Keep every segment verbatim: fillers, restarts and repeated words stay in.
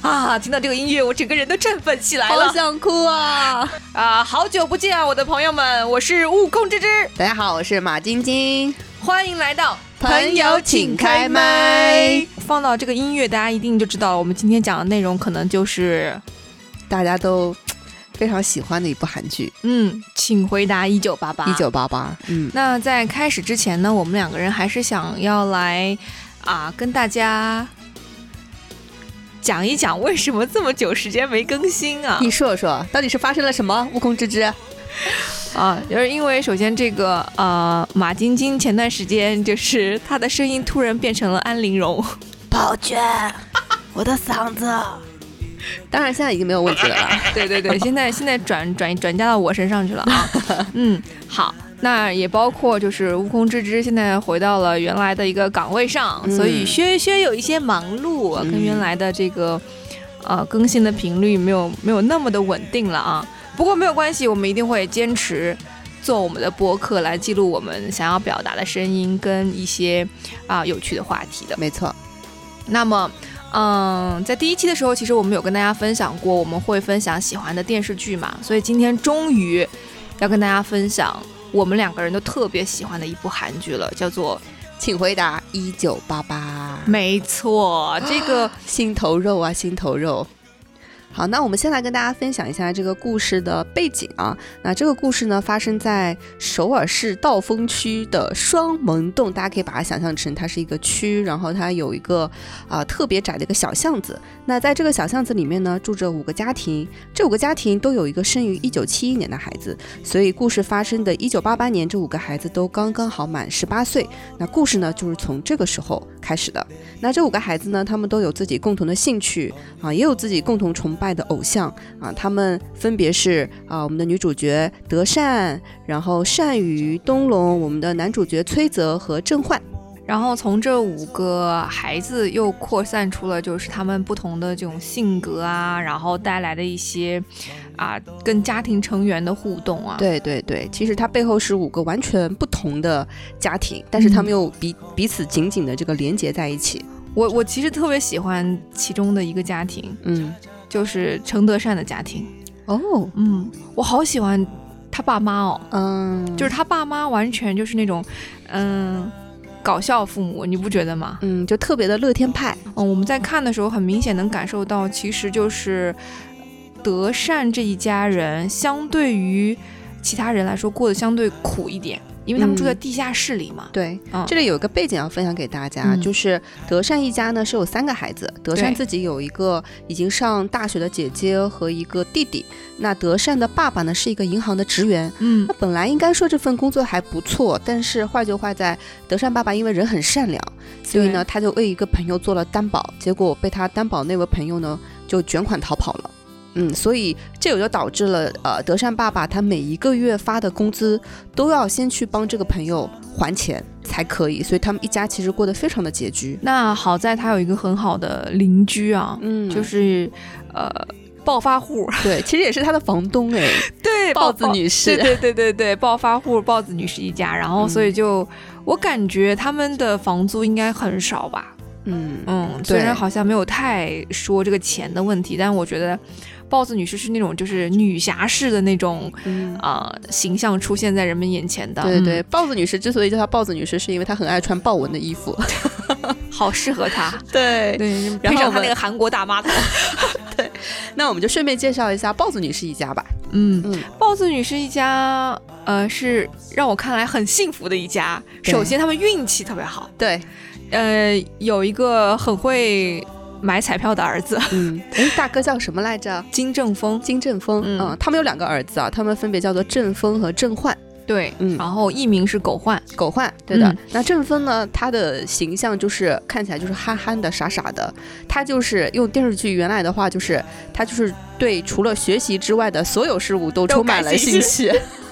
啊！听到这个音乐，我整个人都振奋起来了， 好想哭啊！ 啊，好久不见啊，我的朋友们，我是悟空之之。 大家好，我是马晶晶， 欢迎来到朋友请开麦。 放到这个音乐，大家一定就知道了，我们今天讲的内容可能就是大家都非常喜欢的一部韩剧， 嗯，请回答一九八八。 一九八八，嗯， 那在开始之前呢，我们两个人还是想要来啊，跟大家讲一讲为什么这么久时间没更新啊？ 你说说，到底是发生了什么？悟空之之啊，就是因为首先这个呃，马晶晶前段时间就是她的声音突然变成了安陵容， 宝娟，我的嗓子。当然现在已经没有问题了啦。 对对对，现在现在转转转嫁到我身上去了啊。嗯，好，那也包括就是悟空之之现在回到了原来的一个岗位上，嗯、所以薛薛有一些忙碌，跟原来的这个呃更新的频率没有没有那么的稳定了啊。不过没有关系，我们一定会坚持做我们的播客来记录我们想要表达的声音跟一些啊、呃、有趣的话题的。 没错。 那么。嗯，在第一期的时候，其实我们有跟大家分享过，我们会分享喜欢的电视剧嘛，所以今天终于要跟大家分享我们两个人都特别喜欢的一部韩剧了，叫做 《请回答一九八八》。 没错，这个心头肉啊，心头肉。好，那我们先来跟大家分享一下这个故事的背景啊。那这个故事呢，发生在首尔市道峰区的双门洞，大家可以把它想象成它是一个区，然后它有一个啊、呃、特别窄的一个小巷子。那在这个小巷子里面呢，住着五个家庭，这五个家庭都有一个生于一九七一年的孩子，所以故事发生的一九八八年，这五个孩子都刚刚好满十八岁。那故事呢，就是从这个时候开始的。那这五个孩子呢，他们都有自己共同的兴趣啊，也有自己共同崇拜的偶像啊，他们分别是啊，我们的女主角德善，然后善宇、东龙，我们的男主角崔泽和郑焕。 然后从这五个孩子又扩散出了就是他们不同的这种性格啊，然后带来的一些啊跟家庭成员的互动啊。 对对对，其实它背后是五个完全不同的家庭，但是他们又彼、嗯、彼此紧紧的这个连接在一起。 我我其实特别喜欢其中的一个家庭，嗯，就是程德善的家庭。 哦， 嗯，我好喜欢他爸妈哦， 嗯， 就是他爸妈完全就是那种，嗯。搞笑父母，你不觉得吗？ 嗯，就特别的乐天派。 嗯，我们在看的时候很明显能感受到，其实就是德善这一家人相对于其他人来说过得相对苦一点，因为他们住在地下室里嘛。 嗯、对、 嗯， 这里有一个背景要分享给大家，嗯、就是德善一家呢是有三个孩子，德善自己有一个已经上大学的姐姐和一个弟弟。那德善的爸爸呢是一个银行的职员，嗯，那本来应该说这份工作还不错，但是坏就坏在德善爸爸因为人很善良，所以呢他就为一个朋友做了担保，结果被他担保那位朋友呢就卷款逃跑了。嗯，所以这也就导致了呃，德善爸爸他每一个月发的工资都要先去帮这个朋友还钱才可以，所以他们一家其实过得非常的拮据。 那好在他有一个很好的邻居啊，嗯，就是呃暴发户， 对，其实也是他的房东哎， 对， 豹子女士， 对对对对对，暴发户豹子女士一家，然后所以就、嗯、我感觉他们的房租应该很少吧。嗯嗯，虽然好像没有太说这个钱的问题，但我觉得豹子女士是那种就是女侠式的那种、嗯呃、形象出现在人们眼前的。 对对、嗯，豹子女士之所以叫她豹子女士，是因为她很爱穿豹纹的衣服， 好适合她。 对对，配上她那个韩国大妈头。 对，那我们就顺便介绍一下豹子女士一家吧。 嗯嗯，豹子女士一家呃是让我看来很幸福的一家。首先他们运气特别好。 对。 呃，有一个很会买彩票的儿子， 嗯，哎，大哥叫什么来着？ 金正峰， 金正峰，嗯，嗯他们有两个儿子啊，他们分别叫做正峰和正焕， 对，嗯，然后艺名是狗焕， 狗焕，对的。嗯、那正峰呢，他的形象就是看起来就是憨憨的、傻傻的，他就是用电视剧原来的话，就是他就是对除了学习之外的所有事物都充满了兴趣。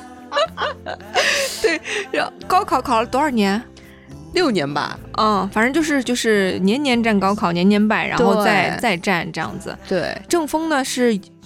对，高考考了多少年？ 六年吧， 嗯，反正就是就是年年战高考，年年败，然后再再战这样子。 对， 正峰呢是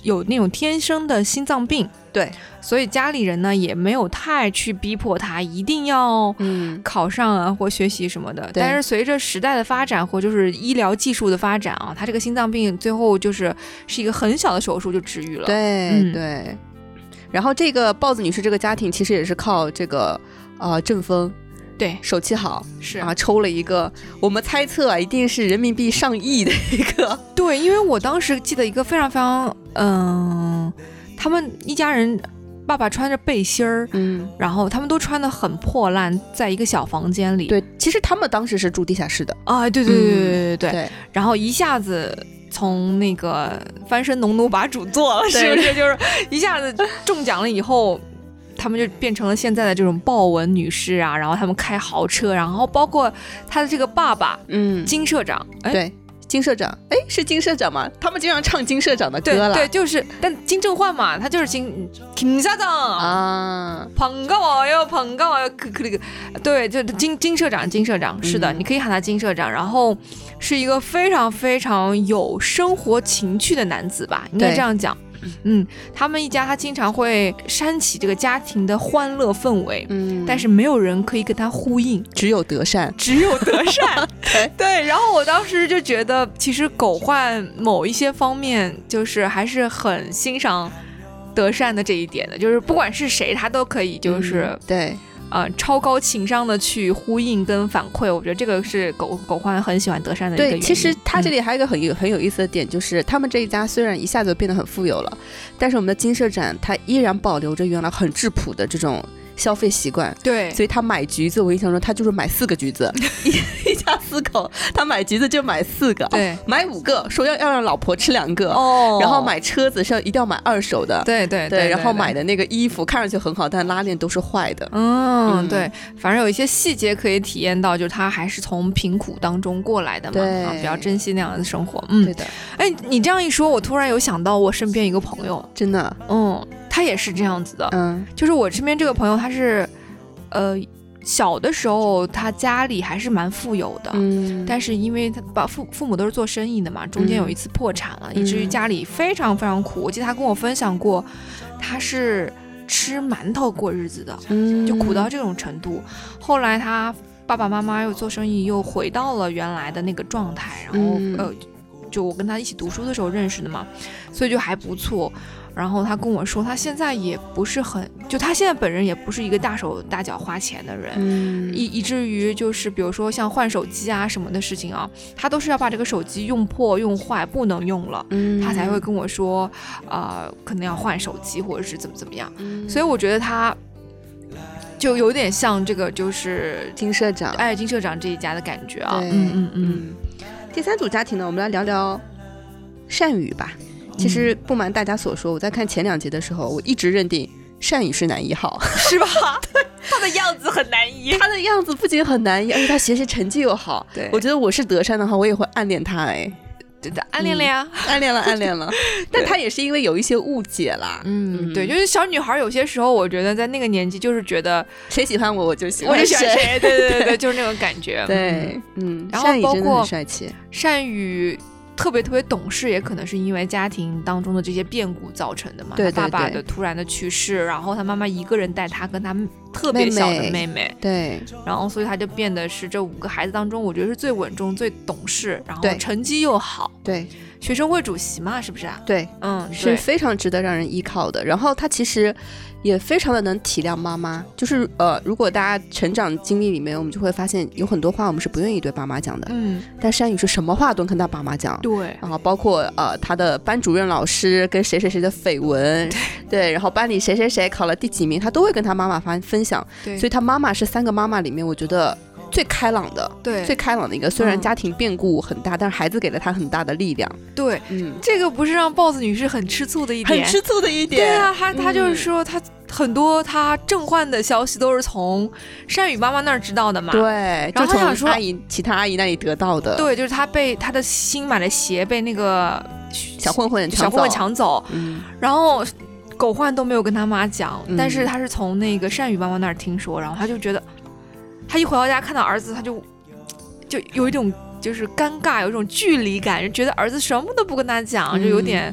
有那种天生的心脏病， 对， 所以家里人呢也没有太去逼迫他一定要考上啊、嗯、或学习什么的。但是随着时代的发展或就是医疗技术的发展啊，他这个心脏病最后就是是一个很小的手术就治愈了。 对、嗯、对。然后这个豹子女士这个家庭其实也是靠这个呃郑丰。 对， 手气好是啊，抽了一个我们猜测啊，一定是人民币上亿的一个。 对，因为我当时记得一个非常非常，嗯，他们一家人，爸爸穿着背心儿，嗯，然后他们都穿得很破烂，在一个小房间里。 对，其实他们当时是住地下室的啊，对对对对对对对。 对， 然后一下子从那个翻身农奴把主做了，是不是？就是一下子中奖了以后。他们就变成了现在的这种豹纹女士啊，然后他们开豪车，然后包括他的这个爸爸，嗯，金社长，哎， 对，金社长，哎，是金社长吗？他们经常唱金社长的歌了， 对，对，就是，但金正焕嘛，他就是金金社长啊，捧个我哟，捧个我哟，可可那个，对，就金金社长，金社长，是的，嗯、你可以喊他金社长，然后是一个非常非常有生活情趣的男子吧，应该这样讲。嗯，他们一家他经常会煽起这个家庭的欢乐氛围，嗯，但是没有人可以跟他呼应， 只有德善， 只有德善，对对。然后我当时就觉得，其实狗焕某一些方面就是还是很欣赏德善的这一点的，就是不管是谁，他都可以就是、 嗯、对。 呃，超高情商的去呼应跟反馈，我觉得这个是狗狗焕很喜欢德善的一个原因。 对，其实他这里还有一个很有、嗯、很有意思的点，就是他们这一家虽然一下子变得很富有了，但是我们的金社长他依然保留着原来很质朴的这种消费习惯。 对， 所以他买橘子，我印象中他就是买四个橘子，一一家四口，他买橘子就买四个， 对、哦， 买五个，说要要让老婆吃两个，哦，然后买车子是要一定要买二手的， 对对 对, 对, 对，然后买的那个衣服看上去很好，但拉链都是坏的， 嗯，嗯对，反正有一些细节可以体验到，就是他还是从贫苦当中过来的嘛， 对， 啊，比较珍惜那样的生活，嗯， 对的。 哎，你这样一说，我突然有想到我身边一个朋友， 真的， 嗯，他也是这样子的， 嗯， 就是我身边这个朋友，他是。呃，小的时候他家里还是蛮富有的，嗯，但是因为他把父父母都是做生意的嘛，中间有一次破产了，嗯，以至于家里非常非常苦。我记得他跟我分享过，他是吃馒头过日子的，嗯，就苦到这种程度。后来他爸爸妈妈又做生意，又回到了原来的那个状态，然后，嗯，呃，就我跟他一起读书的时候认识的嘛，所以就还不错。然后他跟我说，他现在也不是很，就他现在本人也不是一个大手大脚花钱的人，嗯，以以至于就是比如说像换手机啊什么的事情啊，他都是要把这个手机用破用坏不能用了，嗯，他才会跟我说，呃，可能要换手机或者是怎么怎么样，嗯，所以我觉得他就有点像这个就是金社长， 哎，金社长这一家的感觉啊， 嗯嗯嗯。第三组家庭呢，我们来聊聊善宇吧。其实不瞒大家所说，我在看前两集的时候，我一直认定善宇是男一号， 是吧？对，他的样子很难移， 他的样子不仅很难移，而且他学习成绩又好。 对， 我觉得我是德善的话，我也会暗恋他。哎， 对的，暗恋了呀， 嗯，暗恋了，暗恋了。但他也是因为有一些误解啦。 嗯，对，就是小女孩有些时候，我觉得在那个年纪，就是觉得谁喜欢我，我就喜欢谁，我就喜欢谁。对对对对，就是那种感觉。 对，嗯， 然后包括帅气， 善宇。特别特别懂事，也可能是因为家庭当中的这些变故造成的嘛。 对对对， 他爸爸的突然的去世，然后他妈妈一个人带他跟他特别小的妹妹， 妹妹对， 然后所以他就变得是这五个孩子当中，我觉得是最稳重、最懂事，然后成绩又好， 对， 学生会主席嘛，是不是啊？ 对， 嗯， 是非常值得让人依靠的。然后他其实也非常的能体谅妈妈，就是呃，如果大家成长经历里面，我们就会发现有很多话我们是不愿意对爸妈讲的，嗯，但善宇是什么话都跟他爸妈讲， 对， 然后包括呃他的班主任老师跟谁谁谁的绯闻，对，对，然后班里谁谁谁考了第几名，他都会跟他妈妈分分享， 对， 所以他妈妈是三个妈妈里面，我觉得最开朗的， 对， 最开朗的一个。虽然家庭变故很大，嗯，但是孩子给了他很大的力量。 对，嗯，这个不是让豹子女士很吃醋的一点， 很吃醋的一点。 对啊，他他就是说他。很多他正幻的消息都是从善宇妈妈那儿知道的嘛， 对， 然后他想说阿姨其他阿姨那里得到的， 对，就是他被他的新买的鞋被那个小混混小混混抢走， 嗯， 然后狗焕都没有跟他妈讲， 嗯， 但是他是从那个善宇妈妈那儿听说，然后他就觉得他一回到家看到儿子，他就就有一种就是尴尬，有一种距离感，就觉得儿子什么都不跟他讲，嗯，就有点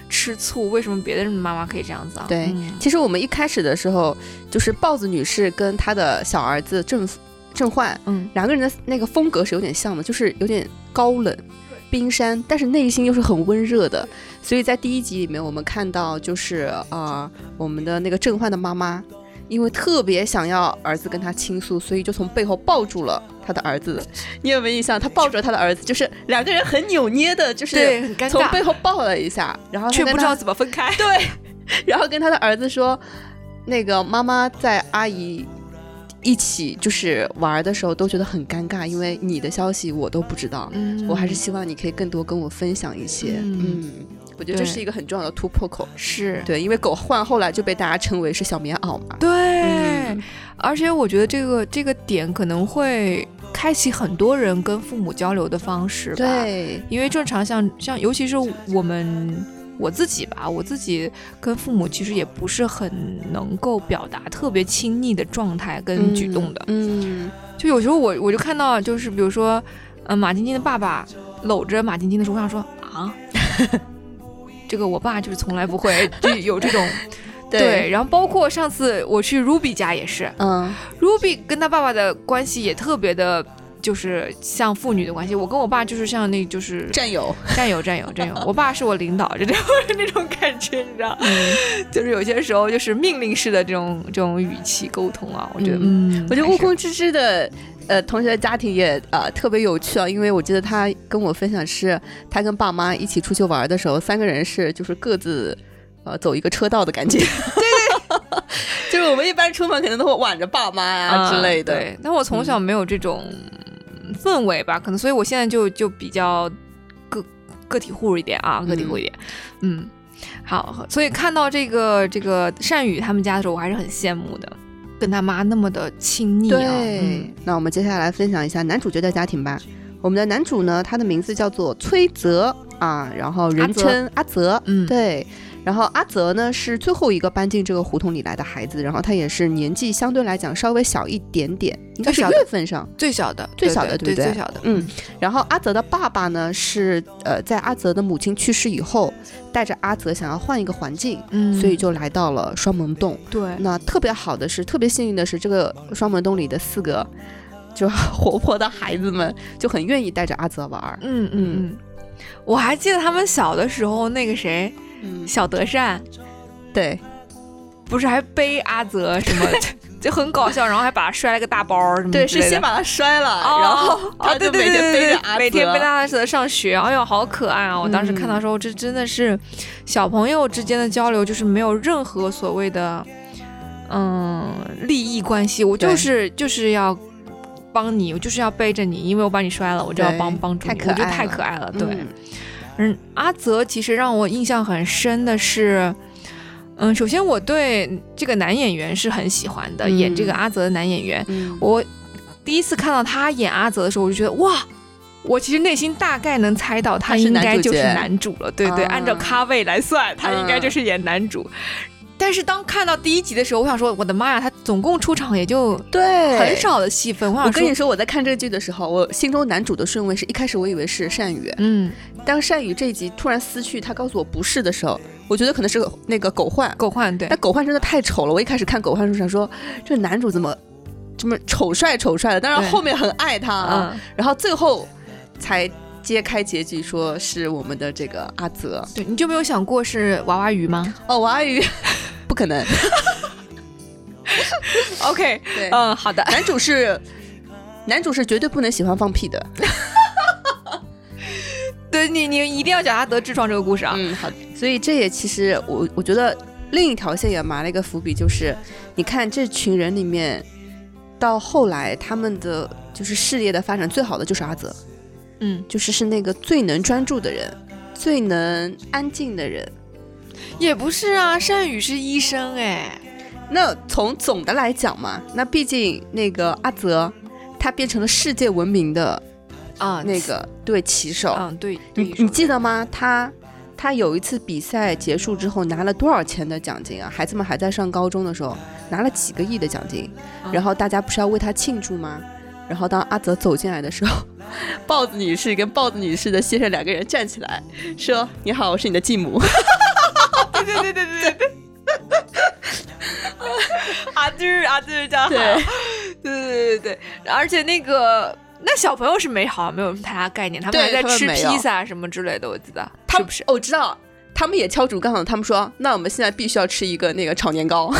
吃醋，为什么别的妈妈可以这样子啊？ 对、 嗯、 其实我们一开始的时候，就是豹子女士跟她的小儿子郑郑焕， 嗯， 两个人的那个风格是有点像的，就是有点高冷冰山，但是内心又是很温热的。所以在第一集里面我们看到就是呃我们的那个郑焕的妈妈，因为特别想要儿子跟他倾诉，所以就从背后抱住了他的儿子。你有没有印象？他抱住了他的儿子，就是两个人很扭捏的，就是从背后抱了一下，然后却不知道怎么分开。 对，然后跟他的儿子说，那个妈妈在阿姨一起就是玩的时候都觉得很尴尬，因为你的消息我都不知道、嗯、我还是希望你可以更多跟我分享一些。 嗯, 嗯我觉得这是一个很重要的突破口。 是对，因为狗焕后来就被大家称为是小棉袄嘛。 对、 嗯、 而且我觉得这个这个点可能会开启很多人跟父母交流的方式吧。 对， 因为正常像像尤其是我们我自己吧，我自己跟父母其实也不是很能够表达特别亲昵的状态跟举动的。 嗯，嗯就有时候我我就看到就是比如说，嗯，马晶晶的爸爸搂着马晶晶的时候，我想说啊，这个我爸就是从来不会就有这种。对, 对，然后包括上次我去 Ruby 家也是，嗯 ，Ruby 跟他爸爸的关系也特别的。就是像父女的关系，我跟我爸就是像那就是战友战友战友战友我爸是我领导，就这种那种感觉，你知道、嗯、就是有些时候就是命令式的这种这种语气沟通啊，我觉得嗯， 嗯我觉得悟空之之的呃同学的家庭也呃特别有趣啊，因为我记得他跟我分享是他跟爸妈一起出去玩的时候，三个人是就是各自呃走一个车道的感觉。对对就是我们一般出门可能都会挽着爸妈啊之类的、 嗯、对，但我从小没有这种氛围吧、嗯、可能所以我现在就就比较个个体户一点啊，个体户一点。 嗯, 嗯好，所以看到这个这个善宇他们家的时候，我还是很羡慕的，跟他妈那么的亲昵啊。 对、嗯、那我们接下来分享一下男主角的家庭吧。我们的男主呢，他的名字叫做崔泽啊，然后人称阿泽。嗯，对。然后阿泽呢是最后一个搬进这个胡同里来的孩子，然后他也是年纪相对来讲稍微小一点点，应该是月份上最小的最小的，对不对？ 最小的。 嗯。然后阿泽的爸爸呢是呃在阿泽的母亲去世以后，带着阿泽想要换一个环境，嗯，所以就来到了双门洞。 对。 那特别好的是，特别幸运的是，这个双门洞里的四个就活泼的孩子们就很愿意带着阿泽玩。 嗯嗯嗯。我还记得他们小的时候，那个谁。嗯、小德善， 对， 不是还背阿泽什么，就很搞笑，然后还把他摔了个大包什么之类的。 对，是先把他摔了，哦、然后他就每天背着阿泽， 哦、每天背着阿泽上学。哎呦，好可爱啊！我当时看到的时候，这真的是小朋友之间的交流，就是没有任何所谓的嗯利益关系，我就是就是要帮你，我就是要背着你，因为我把你摔了，我就要帮帮助你，我觉得太可爱了，对。嗯嗯，阿泽其实让我印象很深的是，嗯，首先我对这个男演员是很喜欢的，嗯、演这个阿泽的男演员，嗯、我第一次看到他演阿泽的时候，我就觉得哇，我其实内心大概能猜到他应该就是男主了，对对，啊、按照咖位来算，他应该就是演男主。嗯但是当看到第一集的时候，我想说，我的妈呀，他总共出场也就对很少的戏份。我, 我跟你说，我在看这个剧的时候，我心中男主的顺位是一开始我以为是善宇，嗯，当善宇这一集突然撕去，他告诉我不是的时候，我觉得可能是那个狗焕， 狗焕对， 但狗焕真的太丑了。我一开始看狗焕的时候想说，这男主怎么这么丑帅丑帅的，但是后面很爱他啊，嗯、然后最后才揭开结局，说是我们的这个阿泽。 对，你就没有想过是娃娃鱼吗？ 哦，娃娃鱼。不可能 OK 对，嗯，好的。 男主是男主是绝对不能喜欢放屁的对，你你一定要讲他得痔疮这个故事啊。 嗯，好。所以这也其实我我觉得另一条线也埋了一个伏笔，就是你看这群人里面到后来他们的就是事业的发展最好的就是阿泽，嗯，就是是那个最能专注的人，最能安静的人。 也不是啊，善宇是医生哎。 那从总的来讲嘛，那毕竟那个阿泽他变成了世界闻名的啊那个对骑手， 嗯对， 你你记得吗？他他有一次比赛结束之后拿了多少钱的奖金啊？孩子们还在上高中的时候拿了几个亿的奖金，嗯、然后大家不是要为他庆祝吗？然后当阿泽走进来的时候，豹子女士跟豹子女士的先生两个人站起来说：“你好，我是你的继母。” 对对对对对。阿杜阿杜这样好，对对对对对，而且那个那小朋友是没好像没有什么太大概念，他们还在吃披萨什么之类的，我记得他是不是？ 我知道，他们也敲竹杠，他们说那我们现在必须要吃一个那个炒年糕，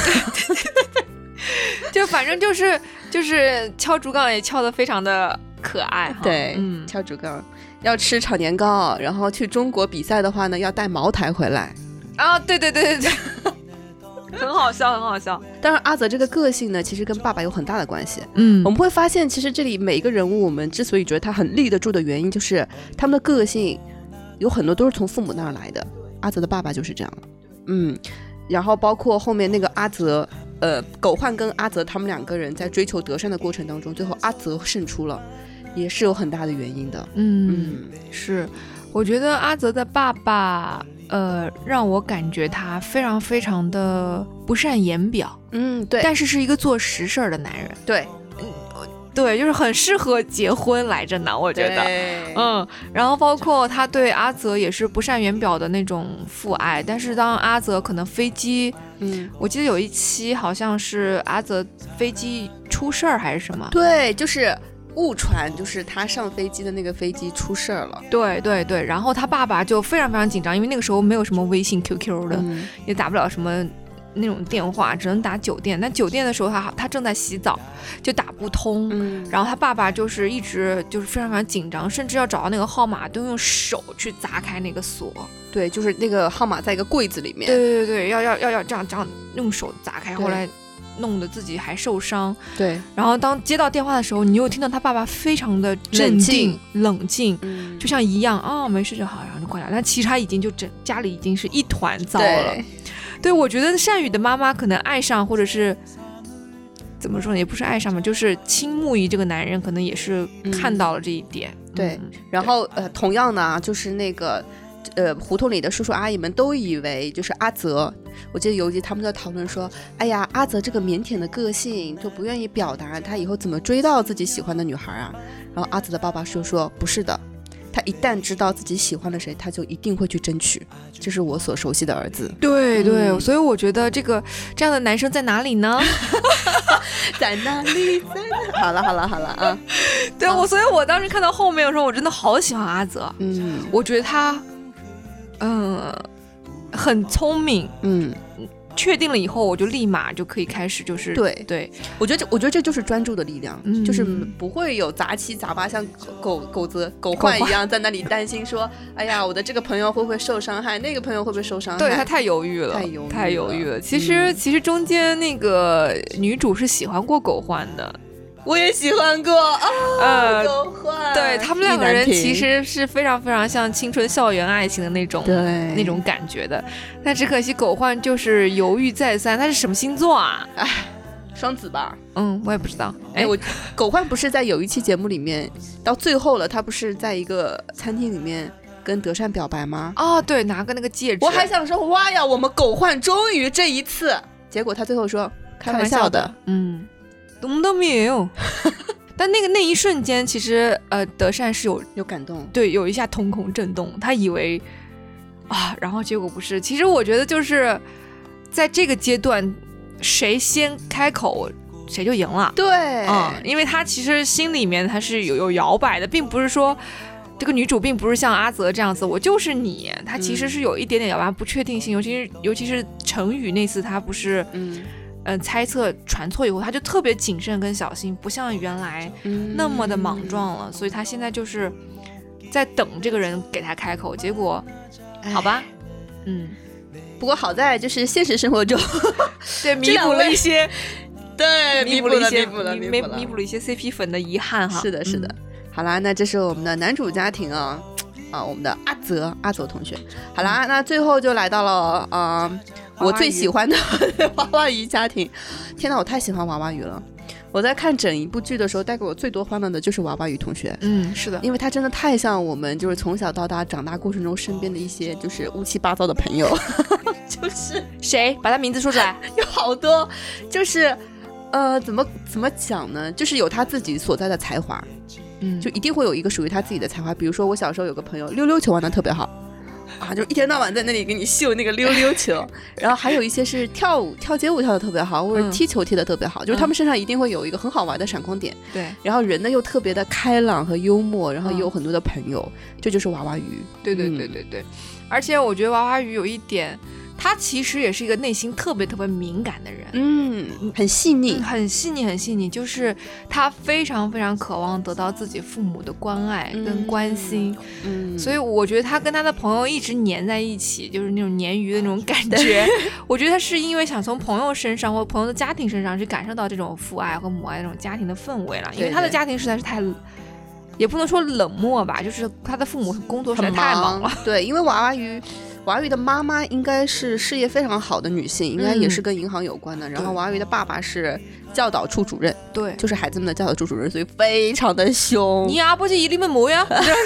就反正就是就是敲竹杠也敲得非常的可爱， 对，嗯，敲竹杠要吃炒年糕，然后去中国比赛的话呢，要带茅台回来啊，对对对对对。很好笑很好笑。 当然阿泽这个个性呢其实跟爸爸有很大的关系， 嗯， 我们会发现其实这里每一个人物我们之所以觉得他很立得住的原因，就是他们的个性有很多都是从父母那儿来的。阿泽的爸爸就是这样，嗯，然后包括后面那个阿泽呃，狗焕跟阿泽他们两个人在追求德善的过程当中，最后阿泽胜出了，也是有很大的原因的。 嗯, 嗯是，我觉得阿泽的爸爸呃，让我感觉他非常非常的不善言表， 嗯，对， 但是是一个做实事的男人， 对， 嗯，对，就是很适合结婚来着呢，我觉得，嗯，然后包括他对阿泽也是不善言表的那种父爱，但是当阿泽可能飞机，嗯，我记得有一期好像是阿泽飞机出事儿还是什么， 对，就是误传，就是他上飞机的那个飞机出事儿了， 对对对，然后他爸爸就非常非常紧张，因为那个时候没有什么微信 Q Q 的，嗯，也打不了什么那种电话，只能打酒店。那酒店的时候他他正在洗澡，就打不通，嗯，然后他爸爸就是一直就是非常非常紧张，甚至要找到那个号码都用手去砸开那个锁。 对，就是那个号码在一个柜子里面。 对对对，要要要要这样这样用手砸开，后来弄得自己还受伤。 对， 然后当接到电话的时候，你又听到他爸爸非常的镇定冷静，嗯，就像一样啊，哦，没事就好，然后就过来。但其实他已经就整家里已经是一团糟了。对，对，我觉得善宇的妈妈可能爱上，或者是怎么说呢，也不是爱上嘛，就是倾慕于这个男人，可能也是看到了这一点。 嗯，对，嗯，然后呃，同样呢，就是那个。呃，胡同里的叔叔阿姨们都以为就是阿泽，我记得有一集他们在讨论说，哎呀，阿泽这个腼腆的个性就不愿意表达，他以后怎么追到自己喜欢的女孩啊？然后阿泽的爸爸就说，不是的，他一旦知道自己喜欢了谁，他就一定会去争取，这是我所熟悉的儿子。 对对，嗯，所以我觉得这个这样的男生在哪里呢？ 在哪里？在哪？好了好了好了啊！ 对，我所以我当时看到后面的时候，我真的好喜欢阿泽。嗯，我觉得他。嗯，很聪明，嗯，确定了以后，我就立马就可以开始，就是对对， 我觉得我觉得这就是专注的力量，嗯，就是不会有杂七杂八像狗狗子狗焕一样在那里担心说，哎呀，我的这个朋友会不会受伤害，那个朋友会不会受伤害？ 对，他太犹豫了， 太犹豫了， 太犹豫了。其实，嗯，其实中间那个女主是喜欢过狗焕的。 我也喜欢过啊，呃，狗焕， 对，他们两个人其实是非常非常像青春校园爱情的那种那种感觉的，但只可惜狗焕就是犹豫再三。他是什么星座啊？ 哎，双子吧？ 嗯，我也不知道。 哎，我狗焕不是在有一期节目里面到最后了，他不是在一个餐厅里面跟德善表白吗？ 哦，对，拿个那个戒指。 我还想说，哇呀，我们狗焕终于这一次，结果他最后说开玩笑的， 嗯。懂都没有，但那个那一瞬间，其实呃，德善是有有感动， 对，有一下瞳孔震动，他以为啊，然后结果不是。其实我觉得就是在这个阶段，谁先开口谁就赢了， 对， 嗯，因为他其实心里面他是有有摇摆的，并不是说这个女主并不是像阿泽这样子，我就是你，他其实是有一点点摇摆，不确定性，尤其是尤其是程宇那次，他不是嗯。嗯，猜测传错以后，他就特别谨慎跟小心，不像原来那么的莽撞了。嗯，所以他现在就是在等这个人给他开口。结果，好吧，嗯， 不过好在就是现实生活中， 对弥补了一些， 对弥补了一些， 弥补了弥补了弥补了一些 C P 粉的遗憾哈。 是的，是的。嗯，好啦，那这是我们的男主家庭啊，啊，我们的阿泽阿泽同学。好啦，那最后就来到了呃。我最喜欢的娃娃鱼家庭，天哪，我太喜欢娃娃鱼了！我在看整一部剧的时候，带给我最多欢乐的就是娃娃鱼同学。 嗯，是的， 因为他真的太像我们，就是从小到大长大过程中身边的一些就是乌七八糟的朋友。就是谁？把他名字说出来。 有好多，就是呃，怎么怎么讲呢？就是有他自己所在的才华，嗯，就一定会有一个属于他自己的才华。比如说我小时候有个朋友，溜溜球玩的特别好。 啊，就一天到晚在那里给你秀那个溜溜球。然后还有一些是跳舞跳街舞跳的特别好，或者踢球踢的特别好、嗯、就是他们身上一定会有一个很好玩的闪光点。 对， 然后人呢又特别的开朗和幽默，然后也有很多的朋友、嗯、这就是娃娃鱼。 对对对对对、嗯、而且我觉得娃娃鱼有一点，他其实也是一个内心特别特别敏感的人， 嗯，很细腻、 嗯、很细腻很细腻，就是他非常非常渴望得到自己父母的关爱跟关心，嗯，所以我觉得他跟他的朋友一直黏在一起，就是那种黏鱼的那种感觉。我觉得他是因为想从朋友身上或朋友的家庭身上去感受到这种父爱和母爱那种家庭的氛围了，因为他的家庭实在是太也不能说冷漠吧，就是他的父母工作实在太忙了。 对，因为娃娃鱼娃娃鱼的妈妈应该是事业非常好的女性，应该也是跟银行有关的、嗯、然后娃娃鱼的爸爸是教导处主任， 对， 就是孩子们的教导处主任，所以非常的凶。 你阿伯是你们么呀？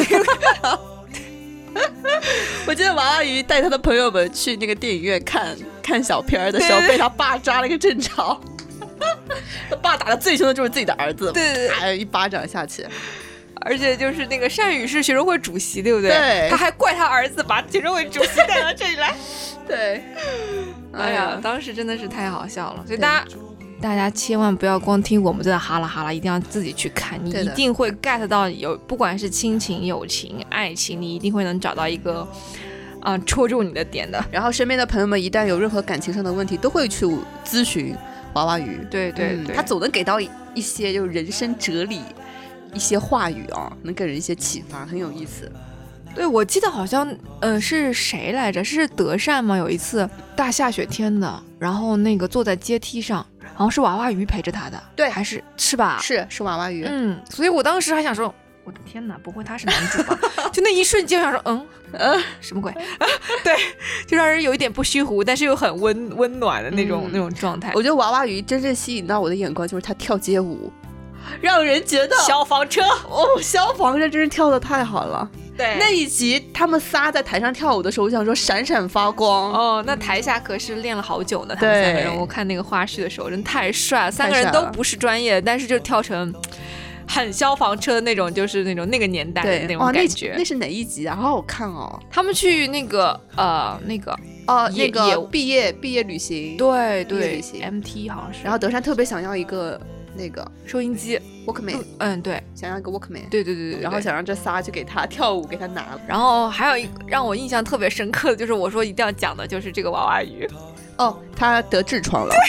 我记得娃娃鱼带他的朋友们去那个电影院看看小片的时候，被他爸抓了个正着。他爸打的最凶的就是自己的儿子， 对对对， 一巴掌下去。 而且就是那个善宇是学生会主席，对不对？ 对， 他还怪他儿子把学生会主席带到这里来。 对， 哎呀，当时真的是太好笑了，所以大家大家千万不要光听我们在哈啦哈啦，一定要自己去看，你一定会 get 到有，不管是亲情、友情、爱情，你一定会能找到一个啊、呃、戳中你的点的。 然后身边的朋友们一旦有任何感情上的问题，都会去咨询娃娃鱼。 对对对、嗯， 他总能给到一些就是人生哲理。一些话语啊，能给人一些启发，很有意思。 对，我记得好像，呃，是谁来着？是德善吗？有一次大下雪天的，然后那个坐在阶梯上，然后是娃娃鱼陪着他的， 对， 还是是吧？ 是是娃娃鱼。 嗯，所以我当时还想说，我的天哪，不会他是男主吧？就那一瞬间，我想说，嗯，呃，什么鬼？对，就让人有一点不虚糊，但是又很温温暖的那种、嗯、那种状态。 我觉得娃娃鱼真正吸引到我的眼光就是他跳街舞。让人觉得消防车哦，消防车真是跳得太好了。 对， 那一集他们仨在台上跳舞的时候，我想说闪闪发光哦。那台下可是练了好久呢，他们三个人。我看那个花絮的时候，真太帅了，三个人都不是专业，但是就跳成很消防车的那种，就是那种那个年代的那种感觉。 那, 那是哪一集啊？好好看哦。 他们去那个呃那个哦那个毕业毕业旅行， 对对 ，M T 好像是。 然后德善特别想要一个。那个收音机 Walkman， 嗯对， 想要一个 Walkman， 对对 对, 对, 对， 然后想让这仨去给他跳舞，给他拿了。 然后还有一让我印象特别深刻的就是我说一定要讲的就是这个娃娃鱼， 哦，他得痔疮了，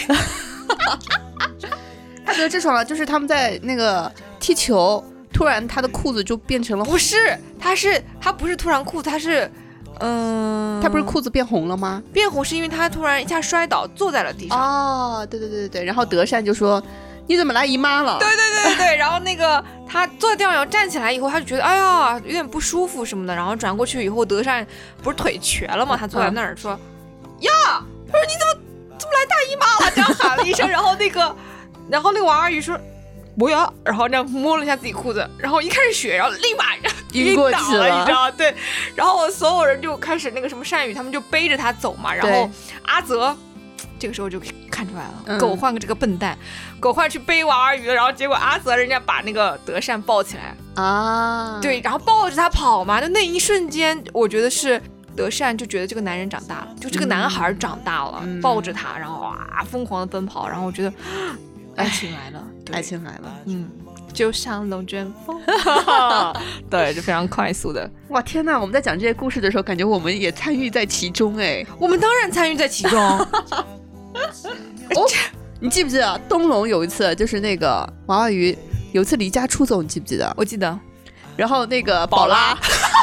他得痔疮了，就是他们在那个踢球，突然他的裤子就变成了， 不是，他是他不是突然裤子，他是。嗯， 他不是裤子变红了吗？ 变红是因为他突然一下摔倒，坐在了地上。 哦，对对对对，然后德善就说：“你怎么来姨妈了？” 对对对对，然后那个他坐在地上，然后站起来以后，他就觉得哎呀有点不舒服什么的，然后转过去以后，德善不是腿瘸了吗？他坐在那儿说：“嗯、呀，他说你怎么怎么来大姨妈了？”这样喊了一声，然后那个，然后那个娃娃鱼说。不要，然后这样摸了一下自己裤子，然后一看是血，然后立马晕过去了， 你知道？对，然后所有人就开始那个什么善宇他们就背着他走嘛，然后阿泽这个时候就看出来了，嗯、狗焕这个笨蛋，狗焕去背娃娃鱼了，然后结果阿泽人家把那个德善抱起来啊，对，然后抱着他跑嘛，就那一瞬间，我觉得是。德善就觉得这个男人长大了，就这个男孩长大了，嗯、抱着他，然后哇疯狂的奔跑，然后我觉得。爱情来了， 爱情来了， 嗯，就像龙卷风，对，就非常快速的。 哇，天哪！我们在讲这些故事的时候，感觉我们也参与在其中哎。 我们当然参与在其中。 哦，你记不记得东龙有一次就是那个娃娃鱼有一次离家出走，你记不记得？ 我记得。 然后那个宝拉，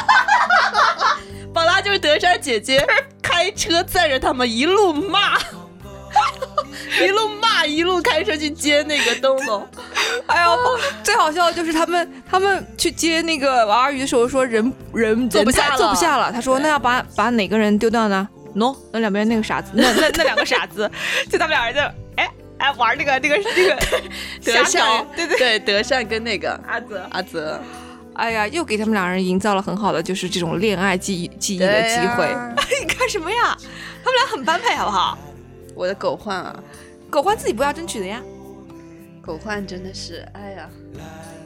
宝拉就是德善姐姐开车载着他们一路骂。一路骂一路开车去接那个东龙， 哎呦，最好笑的就是他们他们去接那个娃娃鱼的时候说人人坐不下了， 坐不下了。他说那要把把哪个人丢掉呢 ？No， 那两边那个傻子，那那那两个傻子，就他们俩人就哎哎玩那个那个那个德善， 对对对，德善跟那个阿泽阿泽， 哎呀，又给他们两人营造了很好的就是这种恋爱记忆记忆的机会。你看什么呀？他们俩很般配，好不好？ 我的狗焕啊， 狗焕自己不要争取的呀。 狗焕真的是，哎呀，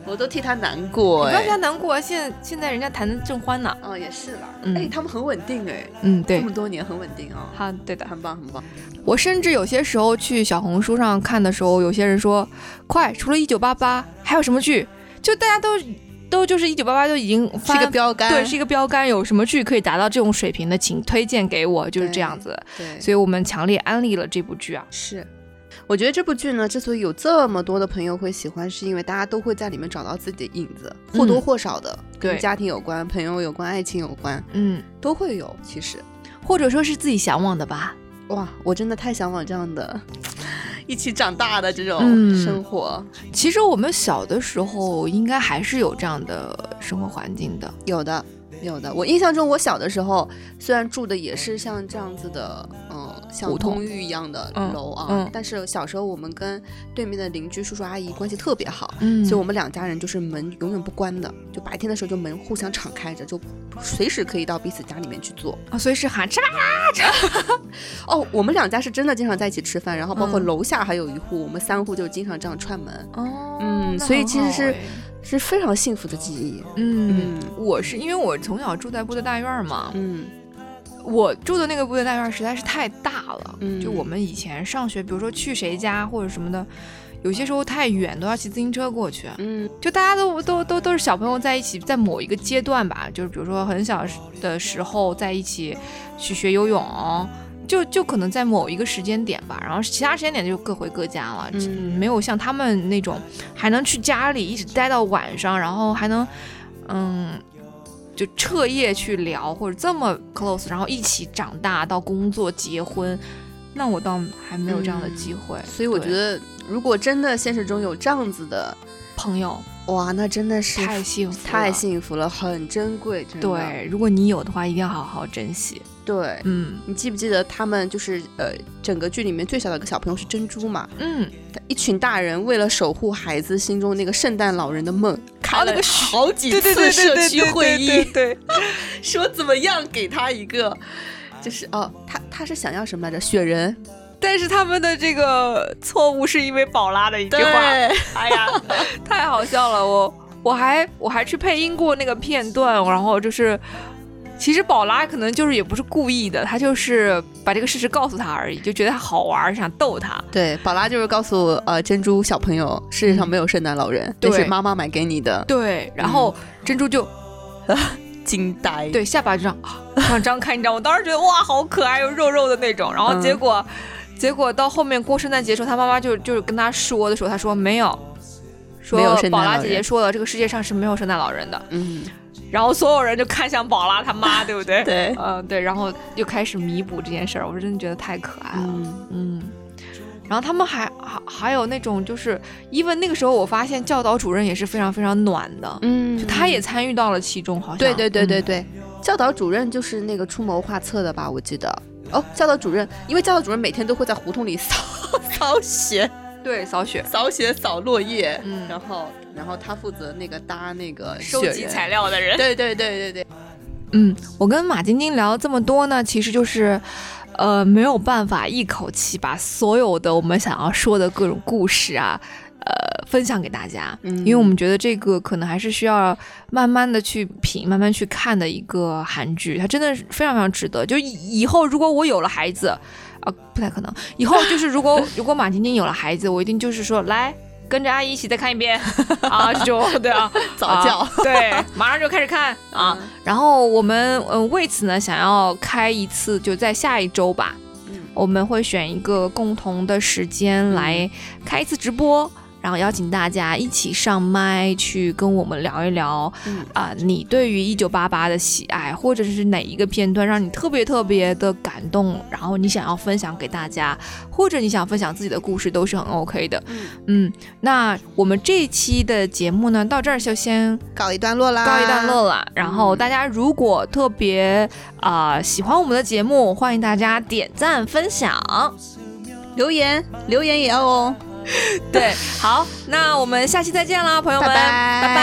我都替他难过。 你不要替他难过，现在现在人家谈的正欢呢。 哦，也是了。 嗯、 哎，他们很稳定哎。 嗯，对， 这么多年很稳定啊。 好，对的， 很棒很棒。 我甚至有些时候去小红书上看的时候，有些人说，快，除了一九八八，还有什么剧？就大家都都就是一九八八就已经是一个标杆， 对，是一个标杆。有什么剧可以达到这种水平的，请推荐给我，就是这样子。 对，对， 所以我们强烈安利了这部剧啊。 是。我觉得这部剧呢，之所以有这么多的朋友会喜欢，是因为大家都会在里面找到自己的影子，嗯、或多或少的跟家庭有关、朋友有关、爱情有关， 嗯， 都会有。其实， 或者说是自己向往的吧。 哇，我真的太向往这样的一起长大的这种生活。 嗯、其实我们小的时候应该还是有这样的生活环境的， 有的。有的，我印象中我小的时候虽然住的也是像这样子的嗯像公寓一样的楼啊、嗯嗯、但是小时候我们跟对面的邻居叔叔阿姨关系特别好、嗯、所以我们两家人就是门永远不关的，就白天的时候就门互相敞开着，就随时可以到彼此家里面去坐啊，随时喊吃饭呀哦，我们两家是真的经常在一起吃饭，然后包括楼下还有一户、嗯、我们三户就经常这样串门哦， 嗯，所以其实是是非常幸福的记忆。 嗯，嗯我是因为我从小住在部队大院嘛， 嗯， 我住的那个部队大院实在是太大了， 嗯， 就我们以前上学，比如说去谁家或者什么的，有些时候太远都要骑自行车过去， 嗯， 就大家都都都都是小朋友在一起，在某一个阶段吧，就是比如说很小的时候在一起去学游泳。就就可能在某一个时间点吧，然后其他时间点就各回各家了、嗯、没有像他们那种还能去家里一直待到晚上，然后还能嗯就彻夜去聊，或者这么 close， 然后一起长大到工作结婚，那我倒还没有这样的机会、嗯、 所以我觉得如果真的现实中有这样子的朋友， 哇，那真的是太幸福了， 太幸福了，很珍贵，真的。 对，如果你有的话，一定要好好珍惜。 对， 嗯， 你记不记得他们就是呃，整个剧里面最小的一个小朋友是珍珠嘛？ 嗯， 一群大人为了守护孩子心中那个圣诞老人的梦，开了好几次社区会议， 对， 说怎么样给他一个，就是哦，他他是想要什么来着？雪人。 但是他们的这个错误是因为宝拉的一句话，哎呀，太好笑了！我我还我还去配音过那个片段，然后就是，其实宝拉可能就是也不是故意的，他就是把这个事实告诉他而已，就觉得他好玩，想逗他。 对，宝拉就是告诉呃珍珠小朋友，世界上没有圣诞老人，这、嗯、是妈妈买给你的。 对，然后珍珠就。 嗯惊呆， 对，下巴就这样啊，这样张开，你知道，我当时觉得哇，好可爱又肉肉的那种。然后结果，嗯、结果到后面过圣诞节的时候，他妈妈就就是跟他说的时候，他说没有，说宝拉姐姐说了，这个世界上是没有圣诞老人的。 嗯， 然后所有人就看向宝拉他妈，对不对？ 对， 嗯、呃，对，然后又开始弥补这件事儿，我真的觉得太可爱了。嗯。嗯然后他们还还还有那种就是，even那个时候我发现教导主任也是非常非常暖的， 嗯， 就他也参与到了其中，好像。 对对对对对，嗯、教导主任就是那个出谋划策的吧？我记得。哦，教导主任，因为教导主任每天都会在胡同里扫扫雪， 对，扫雪、 扫雪、扫落叶， 嗯， 然后然后他负责那个搭那个收集材料的人。 对对对对对。 嗯，我跟马晶晶聊这么多呢，其实就是。呃，没有办法一口气把所有的我们想要说的各种故事啊，呃，分享给大家， 嗯， 因为我们觉得这个可能还是需要慢慢的去品、慢慢去看的一个韩剧，它真的是非常非常值得。就以后如果我有了孩子，啊，不太可能。以后就是如果如果马晶晶有了孩子，我一定就是说来。跟着阿姨一起再看一遍啊，这种对啊， 早教、 啊、对，马上就开始看啊。嗯、然后我们嗯、呃、为此呢，想要开一次，就在下一周吧， 嗯， 我们会选一个共同的时间来开一次直播。嗯然后邀请大家一起上麦去跟我们聊一聊，啊、 嗯呃，你对于一九八八的喜爱，或者是哪一个片段让你特别特别的感动，然后你想要分享给大家，或者你想分享自己的故事，都是很 OK 的。 嗯嗯，那我们这一期的节目呢，到这儿就先告一段落啦， 告一段落了。然后大家如果特别啊、呃、喜欢我们的节目，欢迎大家点赞、分享、 留言，留言也要哦。 对，好，那我们下期再见啦，朋友们， 拜拜， 拜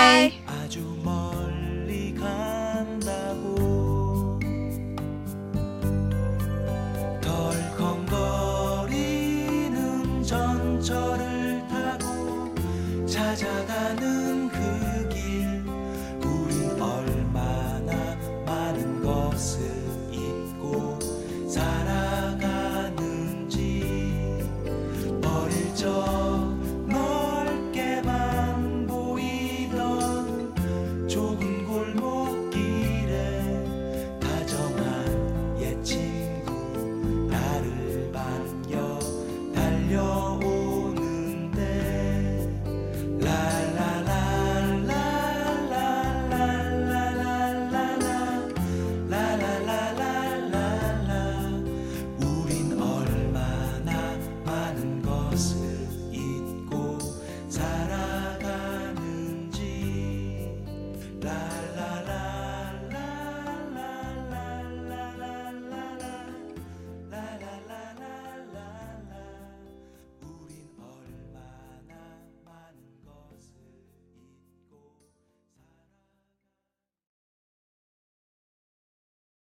拜。찾아가는